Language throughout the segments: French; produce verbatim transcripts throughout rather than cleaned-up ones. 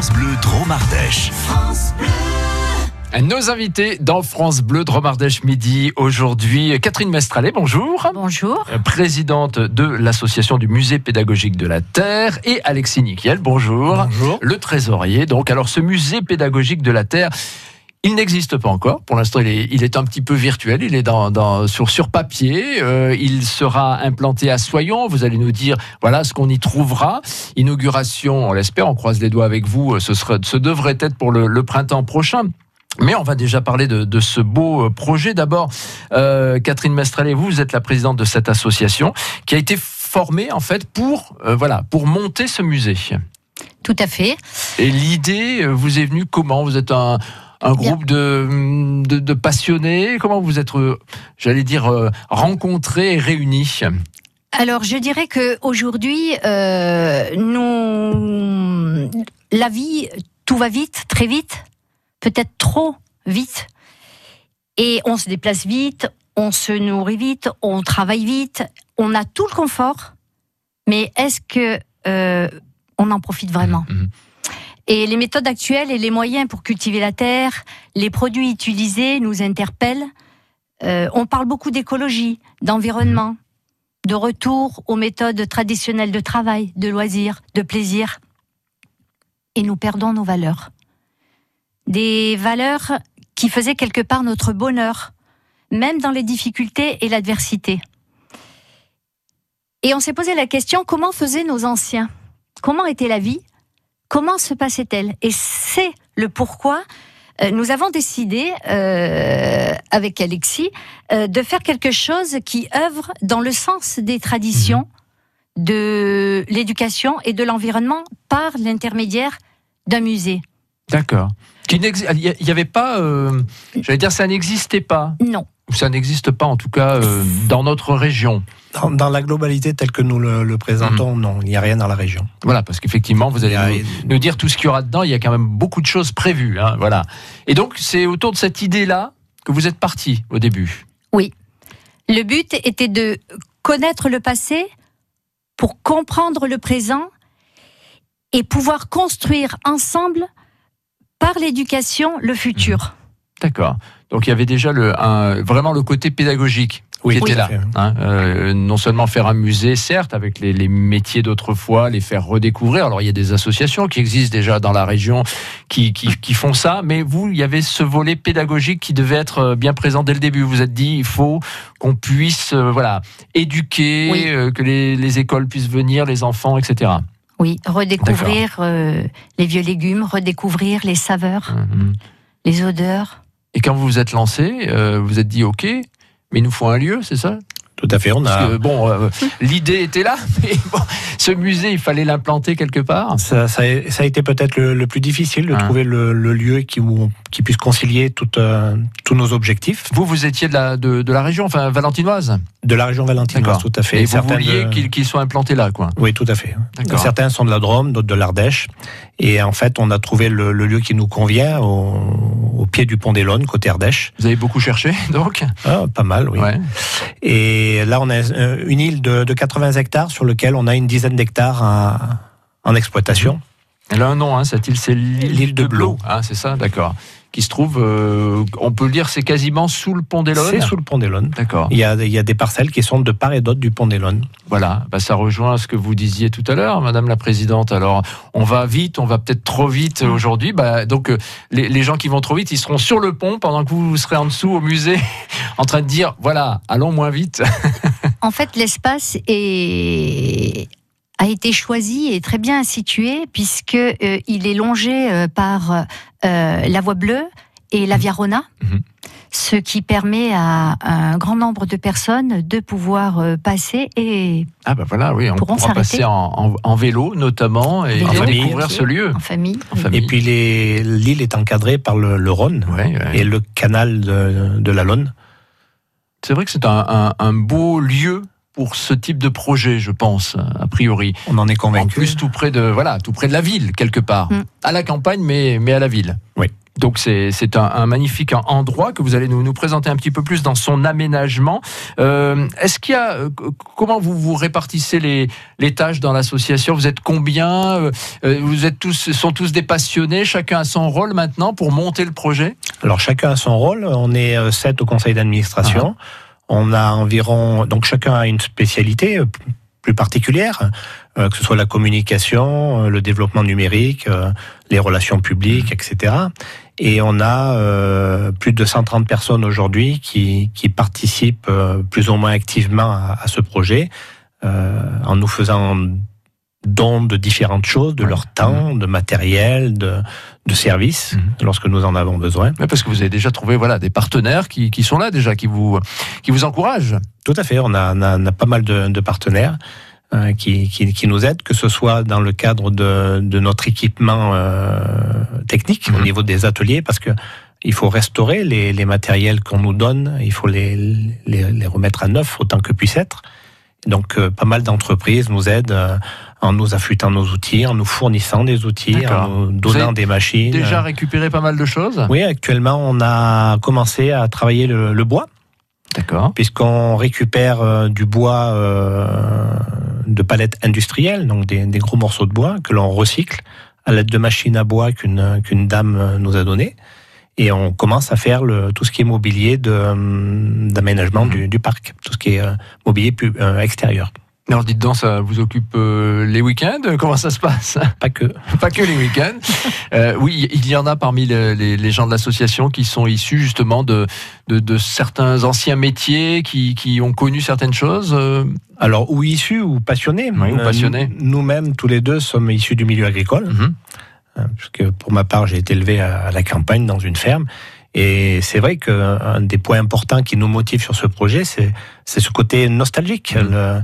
France Bleu Drôme Ardèche. France Bleu. Nos invités dans France Bleu Drôme Ardèche midi aujourd'hui, Catherine Mestralet, bonjour. Bonjour. Présidente de l'association du musée pédagogique de la Terre, et Alexis Niquiel, bonjour. Bonjour. Le trésorier. Donc, alors ce musée pédagogique de la Terre, il n'existe pas encore. Pour l'instant, il est, il est un petit peu virtuel. Il est dans, dans, sur, sur papier. Euh, il sera implanté à Soyons. Vous allez nous dire, voilà ce qu'on y trouvera. Inauguration, on l'espère, on croise les doigts avec vous. Ce, sera, ce devrait être pour le, le printemps prochain. Mais on va déjà parler de, de ce beau projet. D'abord, euh, Catherine Mestralet, vous, vous êtes la présidente de cette association qui a été formée en fait pour, euh, voilà, pour monter ce musée. Tout à fait. Et l'idée vous est venue comment ? Vous êtes un, un groupe de, de, de passionnés. Comment vous êtes, euh, j'allais dire, euh, rencontrés et réunis ? Alors, je dirais qu'aujourd'hui, euh, nous, la vie, tout va vite, très vite. Peut-être trop vite, et on se déplace vite, on se nourrit vite, on travaille vite, on a tout le confort, mais est-ce que euh, on en profite vraiment ? mmh. Et les méthodes actuelles et les moyens pour cultiver la terre, les produits utilisés nous interpellent. Euh, on parle beaucoup d'écologie, d'environnement, de retour aux méthodes traditionnelles de travail, de loisirs, de plaisir, et nous perdons nos valeurs. Des valeurs qui faisaient quelque part notre bonheur, même dans les difficultés et l'adversité. Et on s'est posé la question, comment faisaient nos anciens ? Comment était la vie ? Comment se passait-elle ? Et c'est le pourquoi euh, nous avons décidé, euh, avec Alexis, euh, de faire quelque chose qui œuvre dans le sens des traditions, mmh. de l'éducation et de l'environnement par l'intermédiaire d'un musée. D'accord. Il n'y avait pas, euh, j'allais dire, ça n'existait pas. Non. Ou ça n'existe pas, en tout cas, euh, dans notre région. Dans, dans la globalité telle que nous le, le présentons, mmh. non, il n'y a rien dans la région. Voilà, parce qu'effectivement, vous allez nous, nous dire tout ce qu'il y aura dedans. Il y a quand même beaucoup de choses prévues. Hein, voilà. Et donc, c'est autour de cette idée-là que vous êtes parti au début. Oui. Le but était de connaître le passé pour comprendre le présent et pouvoir construire ensemble, par l'éducation, le futur. D'accord. Donc il y avait déjà le, un, vraiment le côté pédagogique oui, qui était oui, là. Hein, euh, non seulement faire un musée, certes, avec les, les métiers d'autrefois, les faire redécouvrir. Alors il y a des associations qui existent déjà dans la région qui, qui, qui font ça, mais vous, il y avait ce volet pédagogique qui devait être bien présent dès le début. Vous vous êtes dit, il faut qu'on puisse euh, voilà, éduquer, oui. euh, que les, les écoles puissent venir, les enfants, et cetera. Oui, redécouvrir euh, les vieux légumes, redécouvrir les saveurs, mmh. les odeurs. Et quand vous vous êtes lancé, euh, vous vous êtes dit, ok, mais il nous faut un lieu, c'est ça ? Tout à fait, on a... Parce que, bon, euh, l'idée était là, mais bon, ce musée, il fallait l'implanter quelque part. Ça, ça, a, ça a été peut-être le, le plus difficile de hein. trouver le, le lieu qui, où, qui puisse concilier tout, euh, tous nos objectifs. Vous, vous étiez de la, de, de la région, enfin valentinoise ? De la région valentinoise, tout à fait. Et vous vouliez de... qu'ils, qu'ils soient implantés là, quoi ? Oui, tout à fait. D'accord. Certains sont de la Drôme, d'autres de l'Ardèche. Et en fait, on a trouvé le, le lieu qui nous convient au, au pied du pont des Launes, côté Ardèche. Vous avez beaucoup cherché, donc ? Ah, pas mal, oui. Ouais. Et là, on a une île de, de quatre-vingts hectares sur laquelle on a une dizaine d'hectares en, en exploitation. Elle a un nom, hein, cette île, c'est l'île, l'île de, de Blot. Ah, c'est ça, d'accord. Qui se trouve, euh, on peut le dire, c'est quasiment sous le pont des Launes. C'est sous le pont des Launes. D'accord. Il y a, il y a des parcelles qui sont de part et d'autre du pont des Launes. Voilà, bah ça rejoint ce que vous disiez tout à l'heure, Madame la Présidente. Alors, on va vite, on va peut-être trop vite aujourd'hui. Bah, donc, euh, les, les gens qui vont trop vite, ils seront sur le pont pendant que vous, vous serez en dessous au musée, en train de dire, voilà, allons moins vite. En fait, l'espace est... a été choisi et très bien situé puisque euh, il est longé euh, par euh, la Voie Bleue et la Via Rona, mmh. ce qui permet à un grand nombre de personnes de pouvoir euh, passer et ah bah voilà, oui, on pourra s'arrêter. passer en, en, en vélo notamment et, vélo, et découvrir ce lieu en famille. En famille. Et puis les, l'île est encadrée par le, le Rhône ouais, ouais. et le canal de, de la Laune. C'est vrai que c'est un, un, un beau lieu pour ce type de projet, je pense, a priori. On en est convaincu. En plus, tout près de, voilà, tout près de la ville, quelque part. Mm. À la campagne, mais, mais à la ville. Oui. Donc c'est, c'est un, un magnifique endroit que vous allez nous, nous présenter un petit peu plus dans son aménagement. Euh, est-ce qu'il y a, euh, comment vous vous répartissez les, les tâches dans l'association? Vous êtes combien? euh, Vous êtes tous, sont tous des passionnés? Chacun a son rôle maintenant pour monter le projet? Alors chacun a son rôle. On est sept au conseil d'administration. Ah. On a environ, donc chacun a une spécialité plus particulière, euh, que ce soit la communication, euh, le développement numérique, euh, les relations publiques, et cetera. Et on a euh, plus de cent trente personnes aujourd'hui qui, qui participent euh, plus ou moins activement à, à ce projet, euh, en nous faisant don de différentes choses, de ouais. leur temps, de matériel, de, de services, mmh. lorsque nous en avons besoin. Ouais, parce que vous avez déjà trouvé voilà, des partenaires qui, qui sont là déjà, qui vous, qui vous encouragent. Tout à fait, on a, on a, on a pas mal de, de partenaires euh, qui, qui, qui nous aident, que ce soit dans le cadre de, de notre équipement euh, technique, mmh. au niveau des ateliers, parce que il faut restaurer les, les matériels qu'on nous donne, il faut les, les, les remettre à neuf autant que puisse être. Donc, euh, pas mal d'entreprises nous aident euh, en nous affûtant nos outils, en nous fournissant des outils, D'accord. en nous donnant des machines. Déjà récupéré pas mal de choses? Oui, actuellement, on a commencé à travailler le, le bois. D'accord. Puisqu'on récupère euh, du bois euh, de palettes industrielles, donc des, des gros morceaux de bois que l'on recycle à l'aide de machines à bois qu'une, qu'une dame nous a données. Et on commence à faire le, tout ce qui est mobilier de, d'aménagement mmh. du, du parc, tout ce qui est euh, mobilier plus, euh, extérieur. Alors dites donc, ça vous occupe euh, les week-ends? Comment ça se passe? Pas que. Pas que les week-ends. Euh, oui, il y en a parmi les, les, les gens de l'association qui sont issus justement de, de, de certains anciens métiers, qui, qui ont connu certaines choses. Euh... Alors, ou issus ou passionnés. Oui, ou passionnés. Euh, nous-mêmes, tous les deux, sommes issus du milieu agricole. Mmh. Puisque pour ma part, j'ai été élevé à la campagne, dans une ferme. Et c'est vrai qu'un des points importants qui nous motive sur ce projet, c'est, c'est ce côté nostalgique, mmh. le,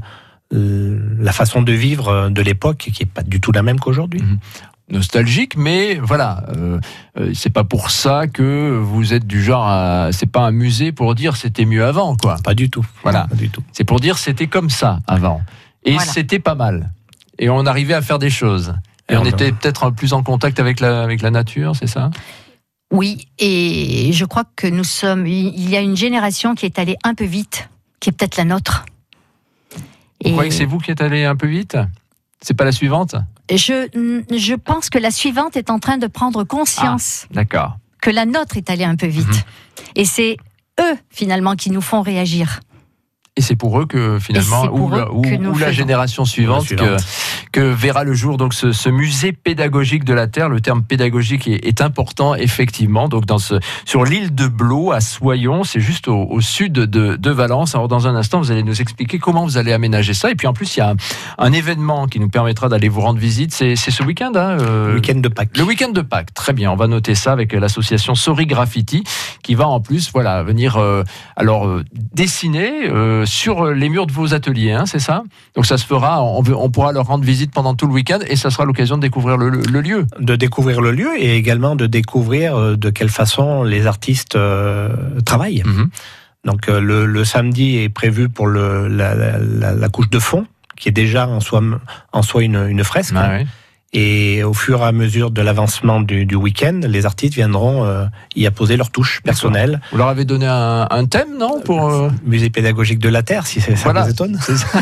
le, la façon de vivre de l'époque qui n'est pas du tout la même qu'aujourd'hui. Mmh. Nostalgique, mais voilà, euh, euh, c'est pas pour ça que vous êtes du genre à, c'est pas un musée pour dire c'était mieux avant, quoi. Pas du tout. Voilà. Pas du tout. C'est pour dire c'était comme ça avant. Et voilà. C'était pas mal. Et on arrivait à faire des choses. Et on était peut-être plus en contact avec la, avec la nature, c'est ça? Oui, et je crois que nous sommes... Il y a une génération qui est allée un peu vite, qui est peut-être la nôtre. Vous et... croyez que c'est vous qui êtes allé un peu vite? C'est pas la suivante? je, je pense que la suivante est en train de prendre conscience ah, d'accord. que la nôtre est allée un peu vite. Mmh. Et c'est eux, finalement, qui nous font réagir. Et c'est pour eux que finalement, ou, la, ou, ou la génération suivante, suivante. Que, que verra le jour donc ce, ce musée pédagogique de la Terre. Le terme pédagogique est, est important, effectivement. Donc dans ce, sur l'île de Blot, à Soyons, c'est juste au, au sud de, de Valence. Alors dans un instant, vous allez nous expliquer comment vous allez aménager ça. Et puis en plus, il y a un, un événement qui nous permettra d'aller vous rendre visite. C'est, c'est ce week-end, hein, euh, le week-end de Pâques. Le week-end de Pâques. Très bien. On va noter ça avec l'association Sorry Graffiti, qui va en plus, voilà, venir euh, alors euh, dessiner. Euh, sur les murs de vos ateliers, hein, c'est ça? Donc ça se fera, on, on pourra leur rendre visite pendant tout le week-end et ça sera l'occasion de découvrir le, le, le lieu. De découvrir le lieu et également de découvrir de quelle façon les artistes euh, travaillent. Mmh. Donc euh, le, le samedi est prévu pour le, la, la, la couche de fond, qui est déjà en soi, en soi une, une fresque. Ah, oui. Et au fur et à mesure de l'avancement du, du week-end, les artistes viendront euh, y apposer leurs touches personnelles. Vous leur avez donné un, un thème, non, pour euh... musée pédagogique de la Terre, si ça voilà. vous étonne. C'est ça.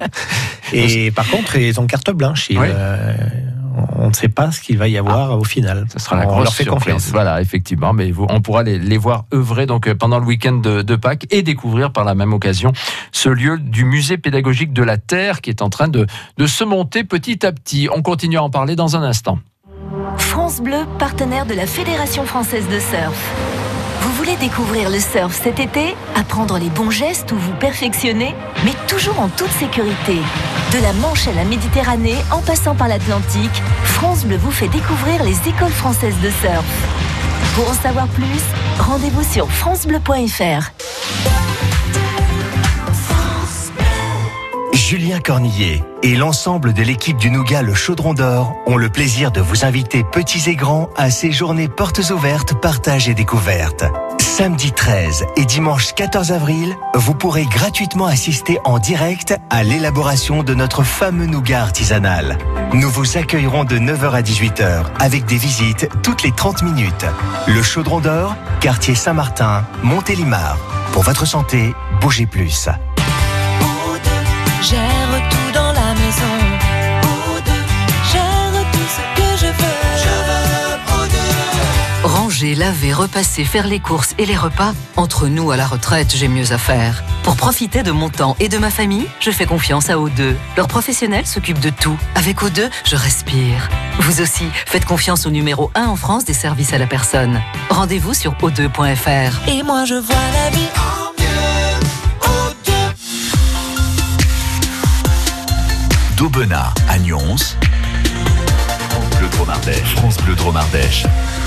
Et par contre, ils ont carte blanche. Ils, oui. euh, on ne sait pas ce qu'il va y avoir ah. au final. Ça sera la grosse on leur fait surprise. Confiance. Voilà, effectivement, mais vous, on pourra les, les voir œuvrer donc pendant le week-end de, de Pâques et découvrir par la même occasion ce lieu du musée pédagogique de la Terre qui est en train de, de se monter petit à petit. On continue à en parler dans un instant. France Bleu, partenaire de la Fédération française de surf. Vous voulez découvrir le surf cet été? Apprendre les bons gestes ou vous perfectionner? Mais toujours en toute sécurité. De la Manche à la Méditerranée, en passant par l'Atlantique, France Bleu vous fait découvrir les écoles françaises de surf. Pour en savoir plus, rendez-vous sur francebleu point f r. Julien Cornillet et l'ensemble de l'équipe du Nougat Le Chaudron d'Or ont le plaisir de vous inviter, petits et grands, à séjourner portes ouvertes, partage et découverte. Samedi treize et dimanche quatorze avril, vous pourrez gratuitement assister en direct à l'élaboration de notre fameux nougat artisanal. Nous vous accueillerons de neuf heures à dix-huit heures avec des visites toutes les trente minutes. Le Chaudron d'Or, quartier Saint-Martin, Montélimar. Pour votre santé, bougez plus. Aude gère tout dans la maison. Aude gère tout ce que je veux. Je veux Aude. Ranger, laver, repasser, faire les courses et les repas. Entre nous à la retraite, j'ai mieux à faire. Pour profiter de mon temps et de ma famille, je fais confiance à O deux. Leurs professionnels s'occupent de tout. Avec O deux, je respire. Vous aussi, faites confiance au numéro un en France des services à la personne. Rendez-vous sur o deux point f r. Et moi je vois la vie en mieux. Aude. D'Aubenas à Nyons, France Bleu Drôme Ardèche. France Bleu Drôme Ardèche.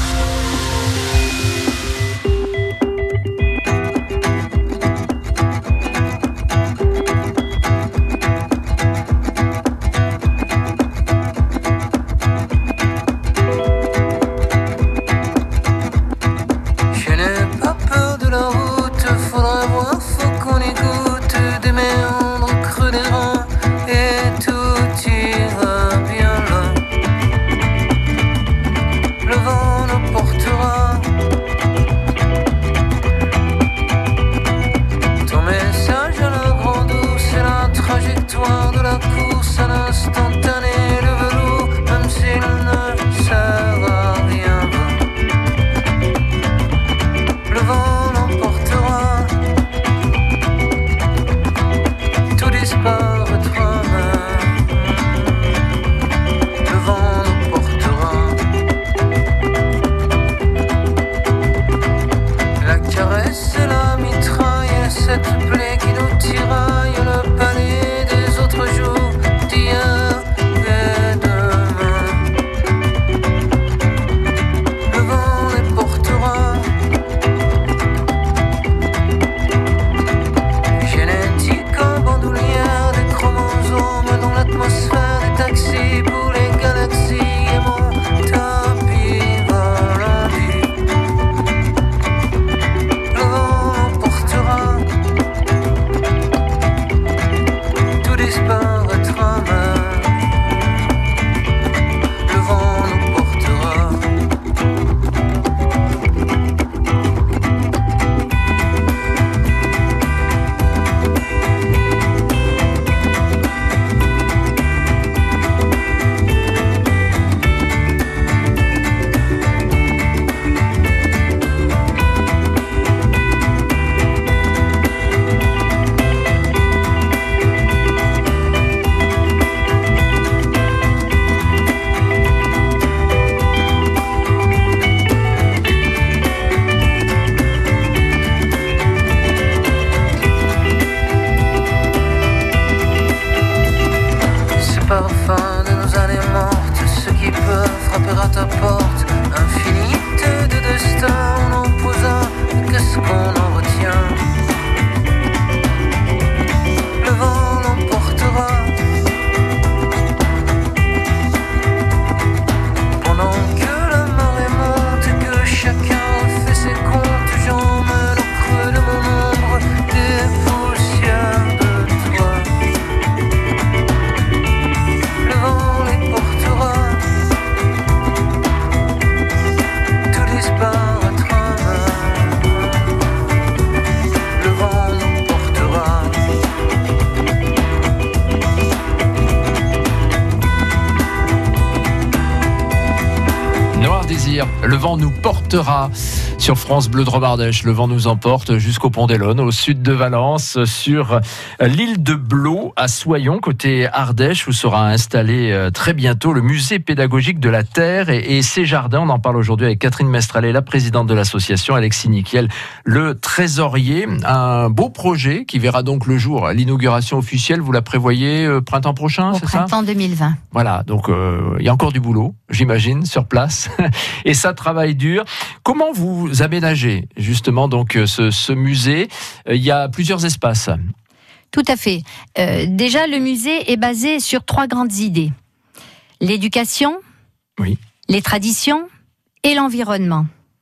Le vent nous portera sur France Bleu Drôme Ardèche. Le vent nous emporte jusqu'au Pont d'Élône, au sud de Valence, sur l'île de Blot, à Soyons, côté Ardèche, où sera installé très bientôt le musée pédagogique de la Terre et, et ses jardins. On en parle aujourd'hui avec Catherine Mestralet, la présidente de l'association, Alexis Niquiel, le trésorier. Un beau projet qui verra donc le jour. L'inauguration officielle, vous la prévoyez euh, printemps prochain, Au c'est ça ? printemps deux mille vingt. Voilà, donc euh, il y a encore du boulot, j'imagine, sur place. Et ça travaille dur. Comment vous aménagez justement donc ce, ce musée ? Il y a plusieurs espaces. Tout à fait. Euh, déjà, le musée est basé sur trois grandes idées. L'éducation, oui. les traditions et l'environnement.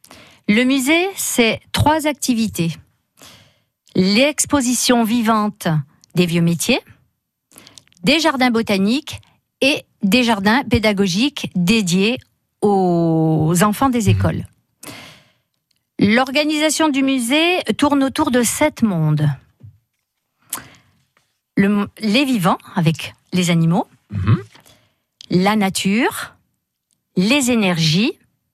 Le musée, c'est trois activités. L'exposition vivante des vieux métiers, des jardins botaniques et des jardins pédagogiques dédiés aux enfants des écoles. L'organisation du musée tourne autour de sept mondes. Le, les vivants, avec les animaux, mmh. la nature, les énergies,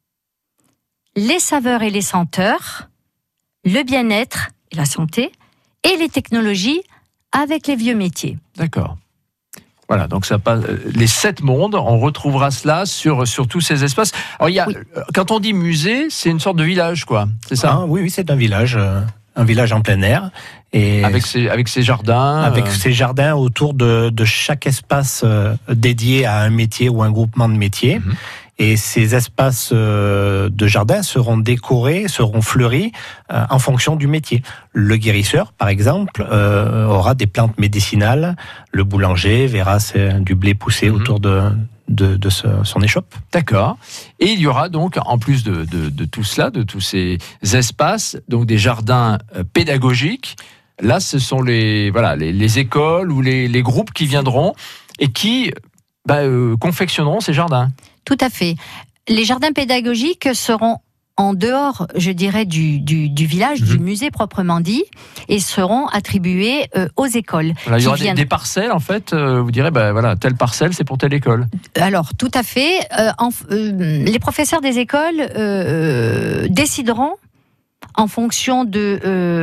les saveurs et les senteurs, le bien-être et la santé, et les technologies avec les vieux métiers. D'accord. Voilà, donc ça passe, les sept mondes, on retrouvera cela sur, sur tous ces espaces. Alors, il y a, oui. Quand on dit musée, c'est une sorte de village, quoi, c'est ça? Ah, oui, oui, c'est un village, euh, un village en plein air. Et avec ses, avec ses jardins Avec euh... ses jardins autour de, de chaque espace euh, dédié à un métier ou un groupement de métiers. Mmh. Et ces espaces euh, de jardin seront décorés, seront fleuris euh, en fonction du métier. Le guérisseur, par exemple, euh, aura des plantes médicinales. Le boulanger verra du blé pousser mmh. autour de, de, de ce, son échoppe. D'accord. Et il y aura donc, en plus de, de, de tout cela, de tous ces espaces, donc des jardins pédagogiques. Là, ce sont les, voilà, les, les écoles ou les, les groupes qui viendront et qui bah, euh, confectionneront ces jardins. Tout à fait. Les jardins pédagogiques seront en dehors, je dirais, du, du, du village, mmh. du musée proprement dit, et seront attribués euh, aux écoles. Alors, il y aura viennent... des, des parcelles, en fait, euh, vous direz, ben, voilà, telle parcelle, c'est pour telle école. Alors, tout à fait. Euh, en, euh, les professeurs des écoles euh, décideront en fonction de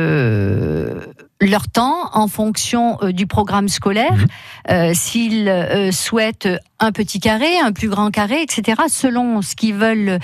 euh, leur temps, en fonction euh, du programme scolaire, mmh. euh, s'ils euh, souhaitent un petit carré, un plus grand carré, et cetera, selon ce qu'ils veulent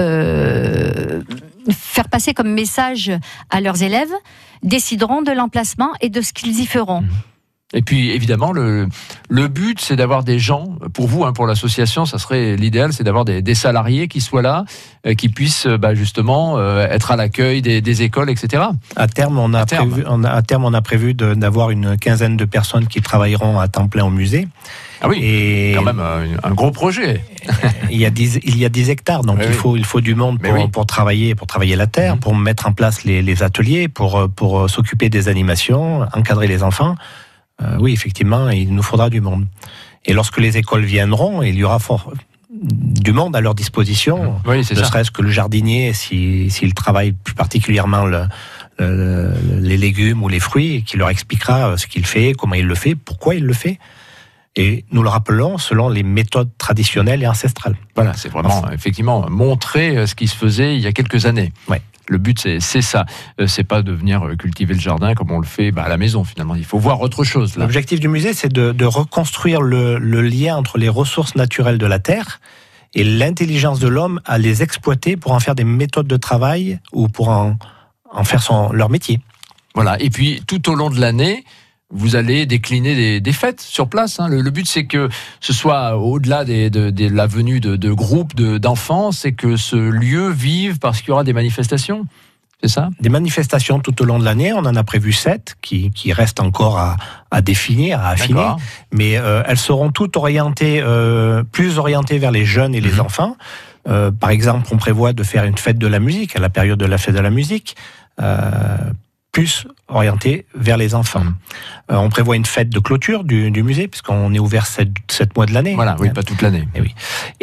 euh, faire passer comme message à leurs élèves, décideront de l'emplacement et de ce qu'ils y feront. Mmh. Et puis, évidemment, le, le but, c'est d'avoir des gens, pour vous, hein, pour l'association, ça serait l'idéal, c'est d'avoir des, des salariés qui soient là, euh, qui puissent bah, justement euh, être à l'accueil des, des écoles, et cetera. À terme, on a, à terme. Prévu, on a, à terme, on a prévu de, d'avoir une quinzaine de personnes qui travailleront à temps plein au musée. Ah oui, et quand même un, un gros projet. il, y a dix, il y a dix hectares, donc oui, il, faut, il faut du monde pour, oui. pour, travailler, pour travailler la terre, mmh. pour mettre en place les, les ateliers, pour, pour s'occuper des animations, encadrer les enfants. Euh, oui, effectivement, il nous faudra du monde. Et lorsque les écoles viendront, il y aura fort du monde à leur disposition. Oui, ne serait-ce que le jardinier, s'il si, travaille plus particulièrement le, le, les légumes ou les fruits, qui leur expliquera ce qu'il fait, comment il le fait, pourquoi il le fait. Et nous le rappelons selon les méthodes traditionnelles et ancestrales. Voilà, c'est vraiment, enfin, effectivement, montrer ce qui se faisait il y a quelques années. Oui. Le but, c'est, c'est ça. C'est pas de venir cultiver le jardin comme on le fait bah, à la maison, finalement. Il faut voir autre chose. Là. L'objectif du musée, c'est de, de reconstruire le, le lien entre les ressources naturelles de la Terre et l'intelligence de l'homme à les exploiter pour en faire des méthodes de travail ou pour en, en faire son, leur métier. Voilà. Et puis, tout au long de l'année, vous allez décliner des, des fêtes sur place. Hein. Le, le but, c'est que ce soit au-delà des, de, de la venue de, de groupes de, d'enfants, c'est que ce lieu vive parce qu'il y aura des manifestations. C'est ça ? Des manifestations tout au long de l'année. On en a prévu sept qui, qui restent encore à, à définir, à affiner. D'accord. Mais euh, elles seront toutes orientées, euh, plus orientées vers les jeunes et mmh. les enfants. Euh, par exemple, on prévoit de faire une fête de la musique à la période de la fête de la musique. Euh, plus orienté vers les enfants. Mmh. Euh, on prévoit une fête de clôture du, du musée, puisqu'on est ouvert sept mois de l'année. Voilà, oui, pas toute l'année. Et, oui.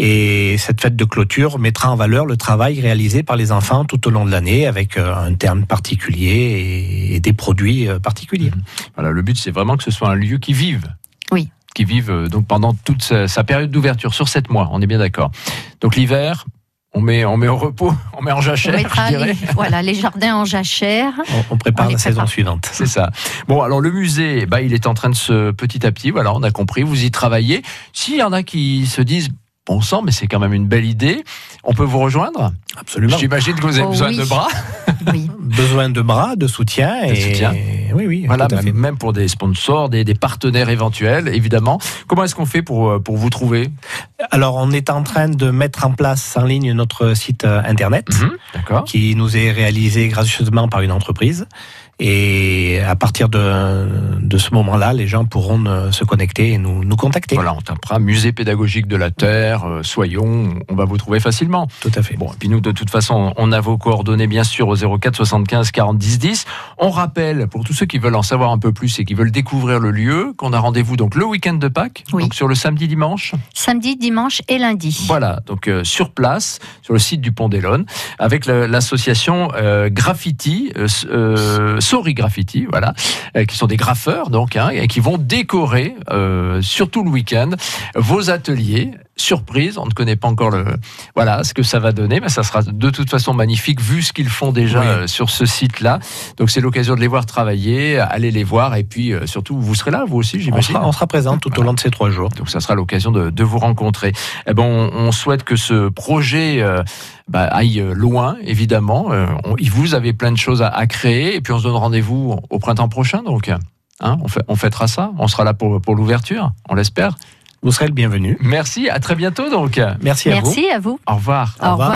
Et cette fête de clôture mettra en valeur le travail réalisé par les enfants tout au long de l'année, avec euh, un terme particulier et, et des produits euh, particuliers. Mmh. Voilà, le but, c'est vraiment que ce soit un lieu qui vive. Oui. Qui vive euh, donc pendant toute sa, sa période d'ouverture, sur sept mois, on est bien d'accord. Donc l'hiver... On met, on met au repos, on met en jachère, je dirais. Les, voilà, les jardins en jachère. On, on prépare on la prépare. saison suivante. C'est ça. Bon, alors le musée, bah, il est en train de se, petit à petit, voilà, on a compris, vous y travaillez. S'il y en a qui se disent, bon sang, mais c'est quand même une belle idée, on peut vous rejoindre ? Absolument. J'imagine que vous avez oh, besoin oui. de bras. Oui. Besoin de bras, de soutien. De et... soutien. Oui, oui. Voilà, même, même pour des sponsors, des, des partenaires éventuels, évidemment. Comment est-ce qu'on fait pour, pour vous trouver ? Alors, on est en train de mettre en place en ligne notre site internet, mmh, d'accord. qui nous est réalisé gracieusement par une entreprise. Et à partir de, de ce moment-là, les gens pourront euh, se connecter et nous, nous contacter. Voilà, on tapera Musée pédagogique de la Terre, euh, Soyons, on va vous trouver facilement. Tout à fait. Bon, et puis nous, de toute façon, on a vos coordonnées, bien sûr, au zéro quatre soixante-quinze quarante dix dix. On rappelle, pour tous ceux qui veulent en savoir un peu plus et qui veulent découvrir le lieu, qu'on a rendez-vous donc le week-end de Pâques, Oui. donc sur le samedi, dimanche. Samedi, dimanche et lundi. Voilà, donc euh, sur place, sur le site du Pont d'Élone, avec le, l'association euh, Graffiti, euh, euh, Sorry Graffiti, voilà, euh, qui sont des graffeurs, donc, hein, et qui vont décorer, euh, surtout le week-end, vos ateliers. Surprise, on ne connaît pas encore le, voilà, ce que ça va donner, mais ça sera de toute façon magnifique vu ce qu'ils font déjà Oui. euh, sur ce site-là. Donc c'est l'occasion de les voir travailler, allez les voir, et puis euh, surtout vous serez là, vous aussi, On j'imagine. sera, on sera présent tout Voilà. au long de ces trois jours. Donc ça sera l'occasion de, de vous rencontrer. Eh ben, on, on souhaite que ce projet euh, bah, aille loin, évidemment. Euh, on, vous avez plein de choses à, à créer, et puis on se donne rendez-vous au printemps prochain. Donc, hein, on, fait, on fêtera ça. On sera là pour, pour l'ouverture, on l'espère. Vous serez le bienvenu. Merci, à très bientôt donc. Merci à vous. Merci à vous. Au revoir. Au revoir.